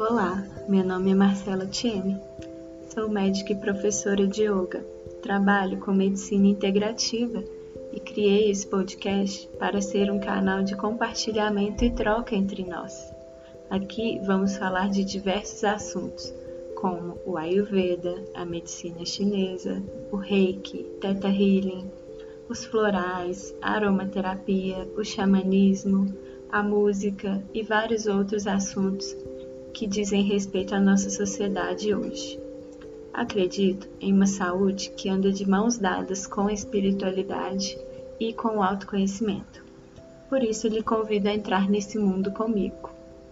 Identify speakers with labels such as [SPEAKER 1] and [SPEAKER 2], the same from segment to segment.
[SPEAKER 1] Olá, meu nome é Marcela Thieme, sou médica e professora de yoga, trabalho com medicina integrativa e criei esse podcast para ser um canal de compartilhamento e troca entre nós. Aqui vamos falar de diversos assuntos, como o Ayurveda, a medicina chinesa, o Reiki, Theta Healing, os florais, a aromaterapia, o xamanismo, a música e vários outros assuntos que dizem respeito à nossa sociedade hoje. Acredito em uma saúde que anda de mãos dadas com a espiritualidade e com o autoconhecimento. Por isso, lhe convido a entrar nesse mundo comigo.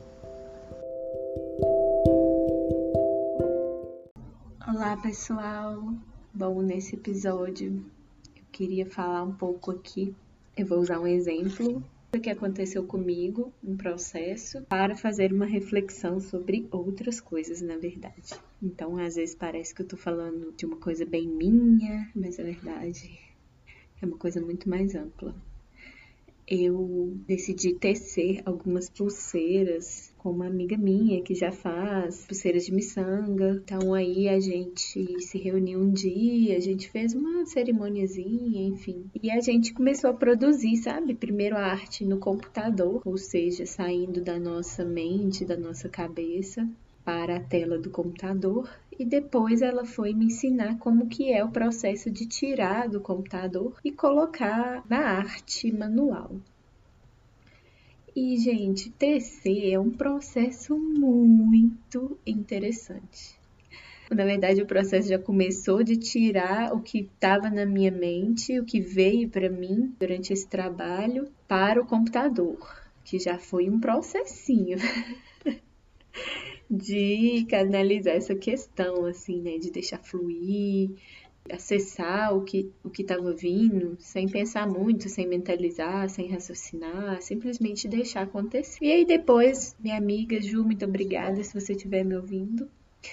[SPEAKER 1] Olá, pessoal! Bom, nesse episódio eu queria falar um pouco aqui. Eu vou usar um exemplo do que aconteceu comigo, um processo, para fazer uma reflexão sobre outras coisas, na verdade. Então, às vezes parece que eu tô falando de uma coisa bem minha, mas na verdade é uma coisa muito mais ampla. Eu decidi tecer algumas pulseiras com uma amiga minha que já faz pulseiras de miçanga. Então aí a gente se reuniu um dia, a gente fez uma cerimoniazinha, enfim. E a gente começou a produzir, sabe? Primeiro a arte no computador, ou seja, saindo da nossa mente, da nossa cabeça para a tela do computador, e depois ela foi me ensinar como que é o processo de tirar do computador e colocar na arte manual. E, gente, tecer é um processo muito interessante. Na verdade, o processo já começou de tirar o que estava na minha mente, o que veio para mim durante esse trabalho, para o computador, que já foi um processinho de canalizar essa questão, assim, né, de deixar fluir, acessar o que estava vindo, sem pensar muito, sem mentalizar, sem raciocinar, simplesmente deixar acontecer. E aí depois, minha amiga Ju, muito obrigada se você estiver me ouvindo,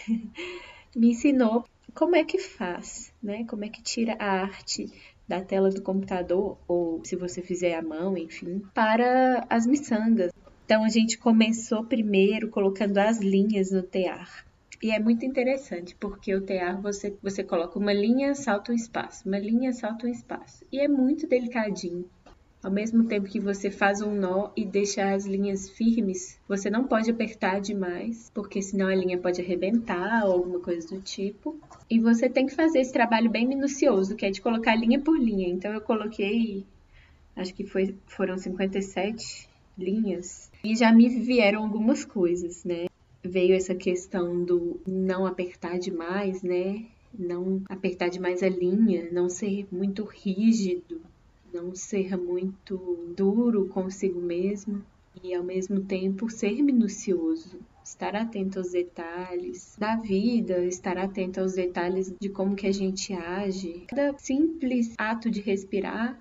[SPEAKER 1] me ensinou como é que faz, né, como é que tira a arte da tela do computador, ou se você fizer à mão, enfim, para as miçangas. Então, a gente começou primeiro colocando as linhas no tear. E é muito interessante, porque o tear você coloca uma linha, salta um espaço, uma linha, salta um espaço. E é muito delicadinho. Ao mesmo tempo que você faz um nó e deixa as linhas firmes, você não pode apertar demais, porque senão a linha pode arrebentar ou alguma coisa do tipo. E você tem que fazer esse trabalho bem minucioso, que é de colocar linha por linha. Então, eu coloquei, acho que foram 57 linhas, e já me vieram algumas coisas, né? Veio essa questão do não apertar demais, né? Não apertar demais a linha, não ser muito rígido, não ser muito duro consigo mesmo e ao mesmo tempo ser minucioso, estar atento aos detalhes da vida, estar atento aos detalhes de como que a gente age. Cada simples ato de respirar.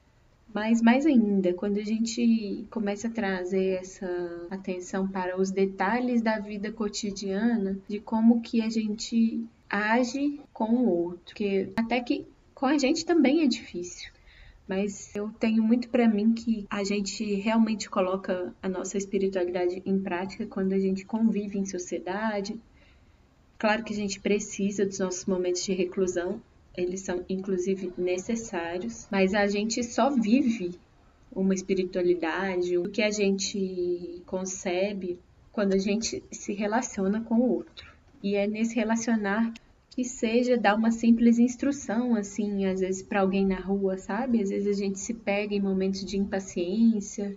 [SPEAKER 1] Mas mais ainda, quando a gente começa a trazer essa atenção para os detalhes da vida cotidiana, de como que a gente age com o outro, porque até que com a gente também é difícil. Mas eu tenho muito para mim que a gente realmente coloca a nossa espiritualidade em prática quando a gente convive em sociedade. Claro que a gente precisa dos nossos momentos de reclusão, eles são inclusive necessários, mas a gente só vive uma espiritualidade, o que a gente concebe quando a gente se relaciona com o outro. E é nesse relacionar que seja dar uma simples instrução, assim, às vezes para alguém na rua, sabe? Às vezes a gente se pega em momentos de impaciência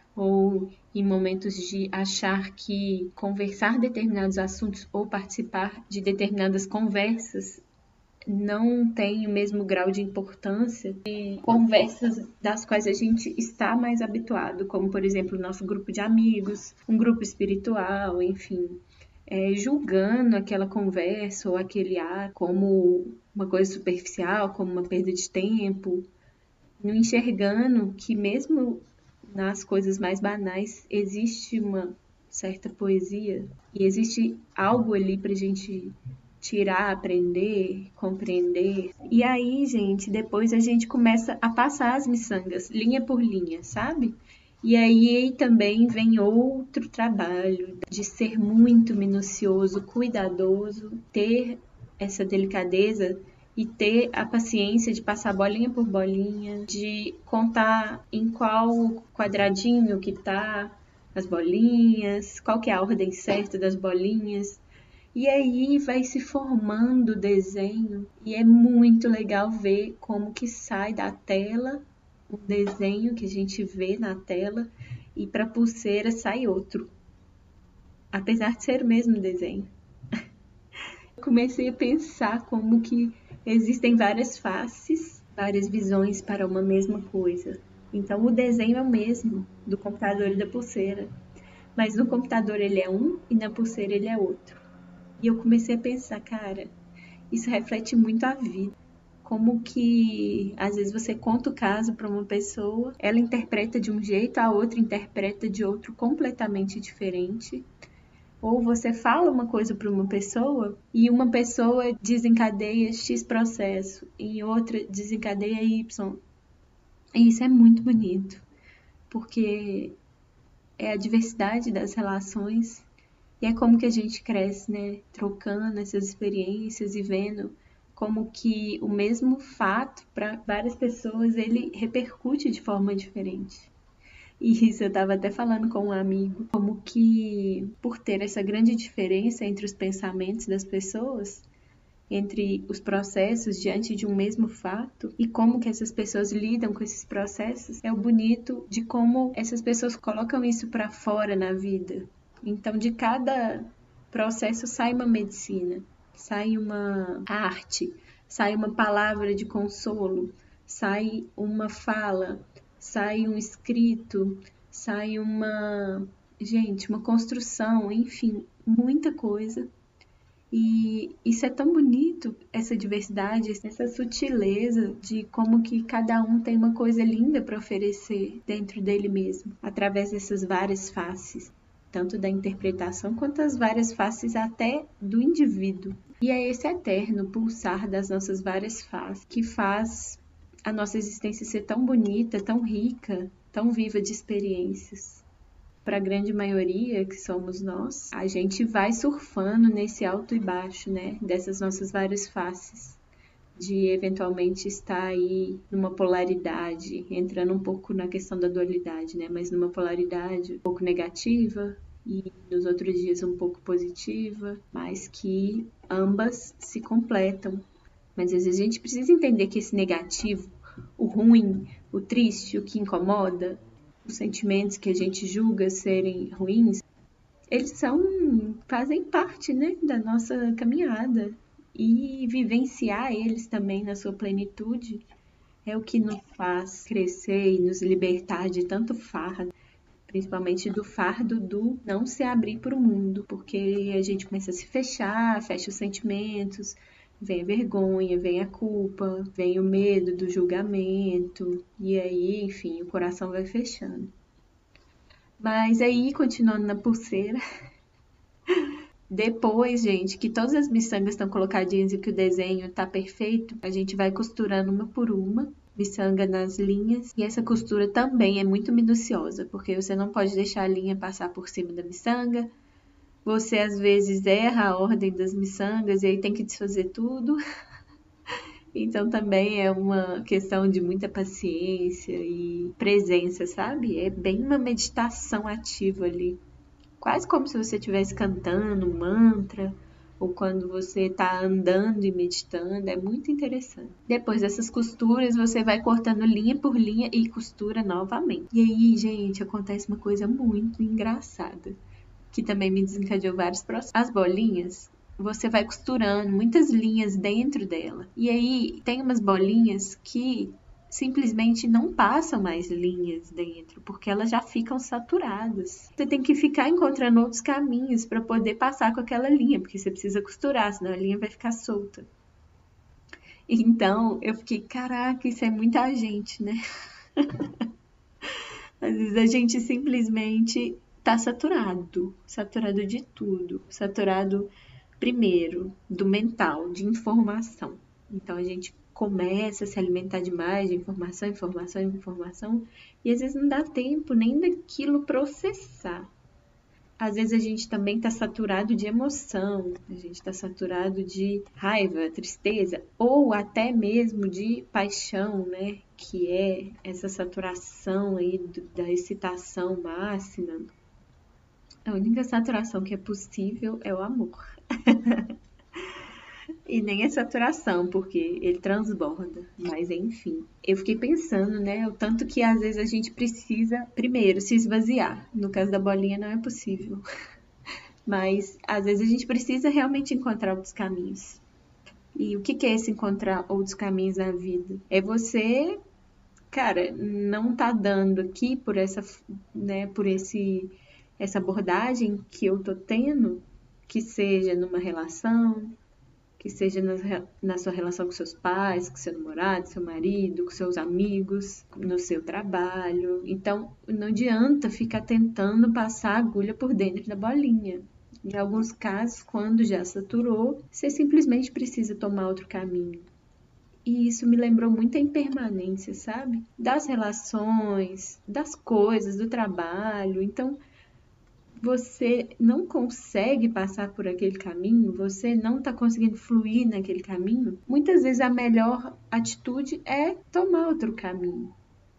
[SPEAKER 1] ou em momentos de achar que conversar determinados assuntos ou participar de determinadas conversas não tem o mesmo grau de importância de conversas das quais a gente está mais habituado, como, por exemplo, o nosso grupo de amigos, um grupo espiritual, enfim, julgando aquela conversa ou aquele ato como uma coisa superficial, como uma perda de tempo, não enxergando que mesmo nas coisas mais banais existe uma certa poesia e existe algo ali pra gente tirar, aprender, compreender. E aí, gente, depois a gente começa a passar as miçangas, linha por linha, sabe? E aí também vem outro trabalho de ser muito minucioso, cuidadoso, ter essa delicadeza e ter a paciência de passar bolinha por bolinha, de contar em qual quadradinho que tá as bolinhas, qual que é a ordem certa das bolinhas. E aí vai se formando o desenho e é muito legal ver como que sai da tela um desenho que a gente vê na tela e para a pulseira sai outro, apesar de ser o mesmo desenho. Comecei a pensar como que existem várias faces, várias visões para uma mesma coisa. Então o desenho é o mesmo do computador e da pulseira, mas no computador ele é um e na pulseira ele é outro. E eu comecei a pensar, cara, isso reflete muito a vida. Como que às vezes você conta o caso para uma pessoa, ela interpreta de um jeito, a outra interpreta de outro completamente diferente. Ou você fala uma coisa para uma pessoa e uma pessoa desencadeia X processo e outra desencadeia Y. E isso é muito bonito, porque é a diversidade das relações e é como que a gente cresce, né? Trocando essas experiências e vendo como que o mesmo fato para várias pessoas ele repercute de forma diferente. E isso eu estava até falando com um amigo, como que por ter essa grande diferença entre os pensamentos das pessoas, entre os processos diante de um mesmo fato e como que essas pessoas lidam com esses processos, é o bonito de como essas pessoas colocam isso para fora na vida. Então, de cada processo sai uma medicina, sai uma arte, sai uma palavra de consolo, sai uma fala, sai um escrito, sai uma construção, enfim, muita coisa. E isso é tão bonito, essa diversidade, essa sutileza de como que cada um tem uma coisa linda para oferecer dentro dele mesmo, através dessas várias faces, tanto da interpretação quanto as várias faces até do indivíduo. E é esse eterno pulsar das nossas várias faces que faz a nossa existência ser tão bonita, tão rica, tão viva de experiências. Para a grande maioria, que somos nós, a gente vai surfando nesse alto e baixo, né? Dessas nossas várias faces. De eventualmente estar aí numa polaridade, entrando um pouco na questão da dualidade, né? Mas numa polaridade um pouco negativa e nos outros dias um pouco positiva, mas que ambas se completam. Mas às vezes a gente precisa entender que esse negativo, o ruim, o triste, o que incomoda, os sentimentos que a gente julga serem ruins, eles fazem parte, né, da nossa caminhada. E vivenciar eles também na sua plenitude é o que nos faz crescer e nos libertar de tanto fardo, principalmente do fardo do não se abrir para o mundo, porque a gente começa a se fechar, fecha os sentimentos, vem a vergonha, vem a culpa, vem o medo do julgamento, e aí, enfim, o coração vai fechando. Mas aí, continuando na pulseira, depois, gente, que todas as miçangas estão colocadinhas e que o desenho tá perfeito, a gente vai costurando uma por uma, miçanga nas linhas. E essa costura também é muito minuciosa, porque você não pode deixar a linha passar por cima da miçanga. Você às vezes erra a ordem das miçangas e aí tem que desfazer tudo. Então também é uma questão de muita paciência e presença, sabe? É bem uma meditação ativa ali. Quase como se você estivesse cantando um mantra, ou quando você está andando e meditando, é muito interessante. Depois dessas costuras, você vai cortando linha por linha e costura novamente. E aí, gente, acontece uma coisa muito engraçada, que também me desencadeou vários processos. As bolinhas, você vai costurando muitas linhas dentro dela. E aí, tem umas bolinhas que simplesmente não passam mais linhas dentro, porque elas já ficam saturadas. Você tem que ficar encontrando outros caminhos para poder passar com aquela linha, porque você precisa costurar, senão a linha vai ficar solta. Então, eu fiquei, caraca, isso é muita gente, né? Às vezes a gente simplesmente tá saturado de tudo, saturado primeiro do mental, de informação. Então a gente começa a se alimentar demais de informação, e às vezes não dá tempo nem daquilo processar. Às vezes a gente também está saturado de emoção, a gente está saturado de raiva, tristeza, ou até mesmo de paixão, né? Que é essa saturação aí da excitação máxima. A única saturação que é possível é o amor. E nem é saturação, porque ele transborda. Mas enfim, eu fiquei pensando, né? O tanto que às vezes a gente precisa, primeiro, se esvaziar. No caso da bolinha não é possível. Mas às vezes a gente precisa realmente encontrar outros caminhos. E o que é esse encontrar outros caminhos na vida? É você, cara, não tá dando aqui por essa, né, essa abordagem que eu tô tendo, que seja numa relação, que seja na sua relação com seus pais, com seu namorado, seu marido, com seus amigos, no seu trabalho. Então, não adianta ficar tentando passar a agulha por dentro da bolinha. Em alguns casos, quando já saturou, você simplesmente precisa tomar outro caminho. E isso me lembrou muito a impermanência, sabe? Das relações, das coisas, do trabalho. Então, você não consegue passar por aquele caminho, você não está conseguindo fluir naquele caminho, muitas vezes a melhor atitude é tomar outro caminho.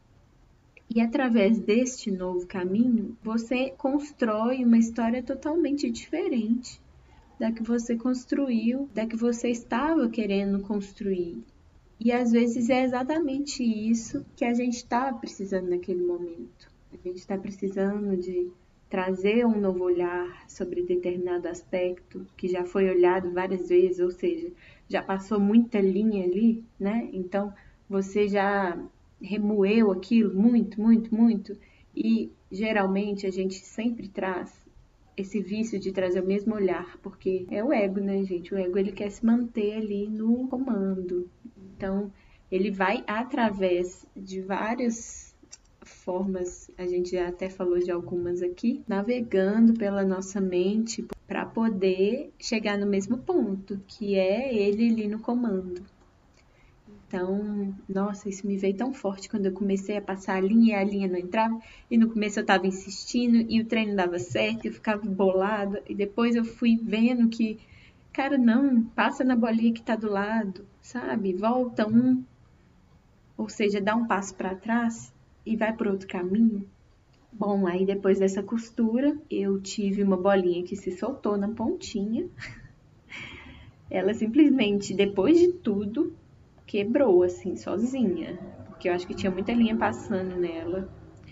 [SPEAKER 1] E através deste novo caminho, você constrói uma história totalmente diferente da que você construiu, da que você estava querendo construir. E às vezes é exatamente isso que a gente está precisando naquele momento. A gente está precisando de trazer um novo olhar sobre determinado aspecto que já foi olhado várias vezes, ou seja, já passou muita linha ali, né? Então, você já remoeu aquilo muito, e geralmente a gente sempre traz esse vício de trazer o mesmo olhar, porque é o ego, né, gente? O ego, ele quer se manter ali no comando. Então, ele vai através de várias formas, a gente já até falou de algumas aqui, navegando pela nossa mente para poder chegar no mesmo ponto, que é ele ali no comando. Então, nossa, isso me veio tão forte quando eu comecei a passar a linha e a linha não entrava, e no começo eu estava insistindo e o treino dava certo, eu ficava bolada, e depois eu fui vendo que, cara, não, passa na bolinha que tá do lado, sabe? Volta um, ou seja, dá um passo para trás e vai por outro caminho. Bom, aí depois dessa costura, eu tive uma bolinha que se soltou na pontinha. Ela simplesmente, depois de tudo, quebrou assim, sozinha. Porque eu acho que tinha muita linha passando nela.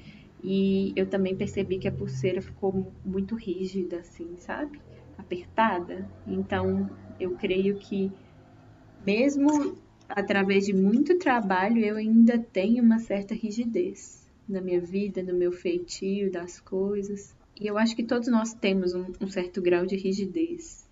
[SPEAKER 1] E eu também percebi que a pulseira ficou muito rígida, assim, sabe? Apertada. Então, eu creio que mesmo através de muito trabalho, eu ainda tenho uma certa rigidez na minha vida, no meu feitio das coisas. E eu acho que todos nós temos um certo grau de rigidez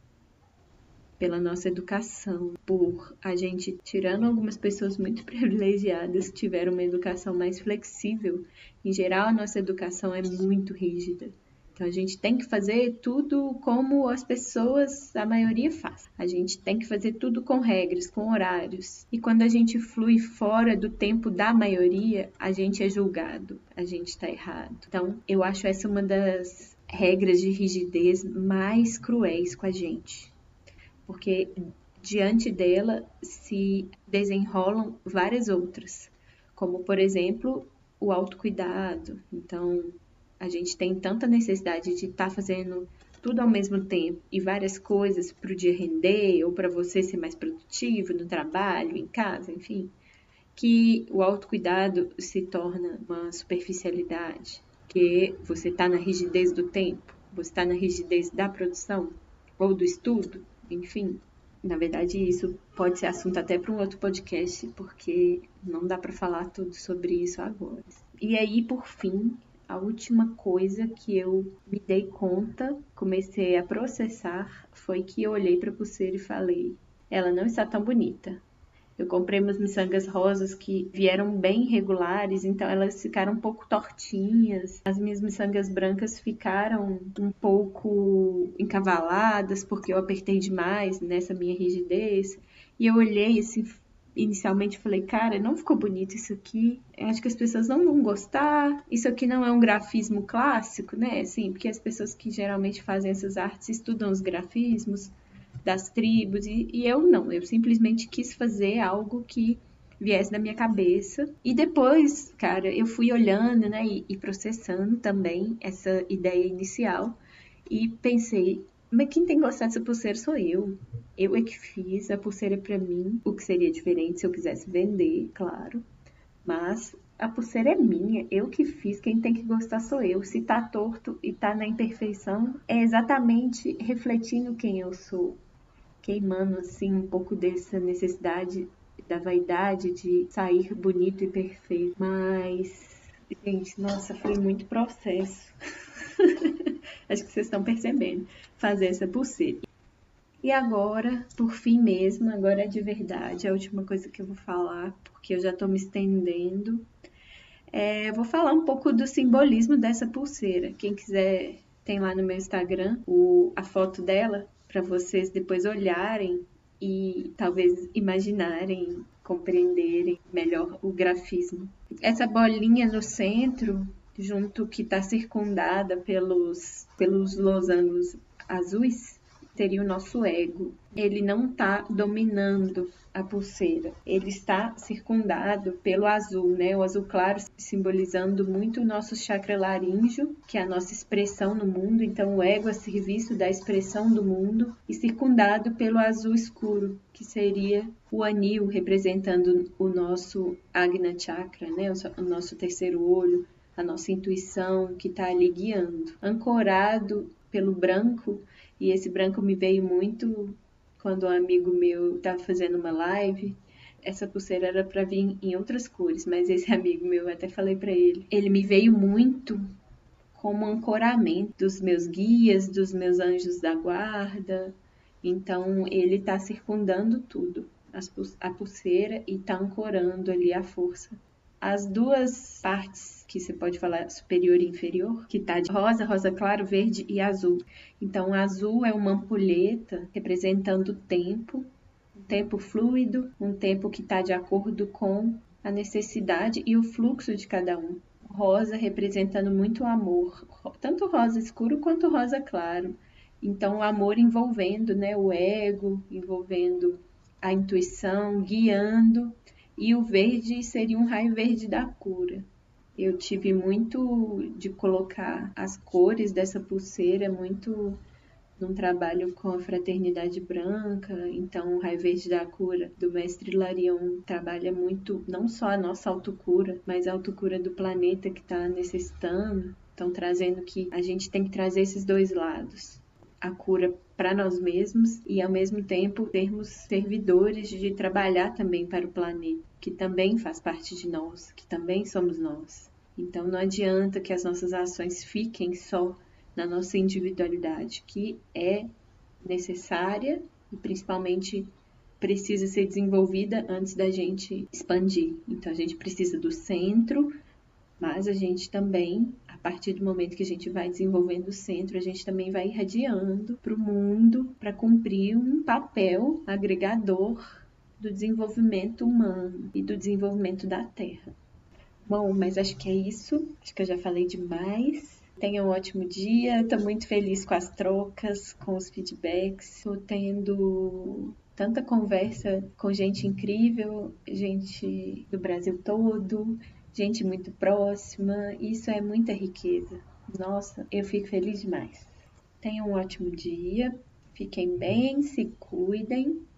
[SPEAKER 1] pela nossa educação, por a gente, tirando algumas pessoas muito privilegiadas que tiveram uma educação mais flexível, em geral a nossa educação é muito rígida. Então a gente tem que fazer tudo como as pessoas, a maioria faz. A gente tem que fazer tudo com regras, com horários. E quando a gente flui fora do tempo da maioria, a gente é julgado, a gente está errado. Então eu acho essa uma das regras de rigidez mais cruéis com a gente. Porque diante dela se desenrolam várias outras, como por exemplo o autocuidado. Então a gente tem tanta necessidade de estar fazendo tudo ao mesmo tempo e várias coisas para o dia render ou para você ser mais produtivo no trabalho, em casa, enfim, que o autocuidado se torna uma superficialidade, que você está na rigidez do tempo, você está na rigidez da produção ou do estudo, enfim. Na verdade, isso pode ser assunto até para um outro podcast, porque não dá para falar tudo sobre isso agora. E aí, por fim, a última coisa que eu me dei conta, comecei a processar, foi que eu olhei para a pulseira e falei: ela não está tão bonita. Eu comprei umas miçangas rosas que vieram bem regulares, então elas ficaram um pouco tortinhas. As minhas miçangas brancas ficaram um pouco encavaladas, porque eu apertei demais nessa minha rigidez. E eu olhei assim, inicialmente falei, cara, não ficou bonito isso aqui. Eu acho que as pessoas não vão gostar. Isso aqui não é um grafismo clássico, né? Assim, porque as pessoas que geralmente fazem essas artes estudam os grafismos das tribos e eu não. Eu simplesmente quis fazer algo que viesse da minha cabeça. E depois, cara, eu fui olhando, né, e processando também essa ideia inicial e pensei, mas quem tem que gostar dessa pulseira sou eu. Eu é que fiz, a pulseira é pra mim, o que seria diferente se eu quisesse vender, claro. Mas a pulseira é minha, eu que fiz, quem tem que gostar sou eu. Se tá torto e tá na imperfeição, é exatamente refletindo quem eu sou. Queimando, assim, um pouco dessa necessidade da vaidade de sair bonito e perfeito. Mas, gente, nossa, foi muito processo. Acho que vocês estão percebendo. Fazer essa pulseira. E agora, por fim mesmo, agora é de verdade, a última coisa que eu vou falar, porque eu já tô me estendendo. Eu vou falar um pouco do simbolismo dessa pulseira. Quem quiser, tem lá no meu Instagram a foto dela, para vocês depois olharem e talvez imaginarem, compreenderem melhor o grafismo. Essa bolinha no centro, junto que está circundada pelos losangos azuis, seria o nosso ego. Ele não está dominando a pulseira, ele está circundado pelo azul, né? O azul claro simbolizando muito o nosso chakra laríngeo, que é a nossa expressão no mundo, então o ego a serviço da expressão do mundo, e circundado pelo azul escuro, que seria o anil representando o nosso Agna Chakra, né? O nosso terceiro olho, a nossa intuição que está ali guiando. Ancorado pelo branco, e esse branco me veio muito quando um amigo meu estava fazendo uma live. Essa pulseira era para vir em outras cores, mas esse amigo meu, eu até falei para ele, ele me veio muito como ancoramento dos meus guias, dos meus anjos da guarda. Então ele está circundando tudo, a pulseira, e está ancorando ali a força. As duas partes que você pode falar, superior e inferior, que tá de rosa, rosa claro, verde e azul. Então, o azul é uma ampulheta representando o tempo, um tempo fluido, um tempo que está de acordo com a necessidade e o fluxo de cada um. Rosa representando muito o amor, tanto rosa escuro quanto rosa claro. Então, o amor envolvendo, né, o ego, envolvendo a intuição, guiando. E o verde seria um raio verde da cura. Eu tive muito de colocar as cores dessa pulseira, muito num trabalho com a Fraternidade Branca. Então, o raio verde da cura do Mestre Larion trabalha muito, não só a nossa autocura, mas a autocura do planeta que está necessitando. Então, trazendo que a gente tem que trazer esses dois lados. A cura para nós mesmos e, ao mesmo tempo, termos servidores de trabalhar também para o planeta, que também faz parte de nós, que também somos nós. Então, não adianta que as nossas ações fiquem só na nossa individualidade, que é necessária e, principalmente, precisa ser desenvolvida antes da gente expandir. Então, a gente precisa do centro, mas a gente também, a partir do momento que a gente vai desenvolvendo o centro, a gente também vai irradiando para o mundo para cumprir um papel agregador do desenvolvimento humano e do desenvolvimento da Terra. Bom, mas acho que é isso. Acho que eu já falei demais. Tenha um ótimo dia. Estou muito feliz com as trocas, com os feedbacks. Estou tendo tanta conversa com gente incrível, gente do Brasil todo, gente muito próxima. Isso é muita riqueza. Nossa, eu fico feliz demais. Tenham um ótimo dia. Fiquem bem, se cuidem.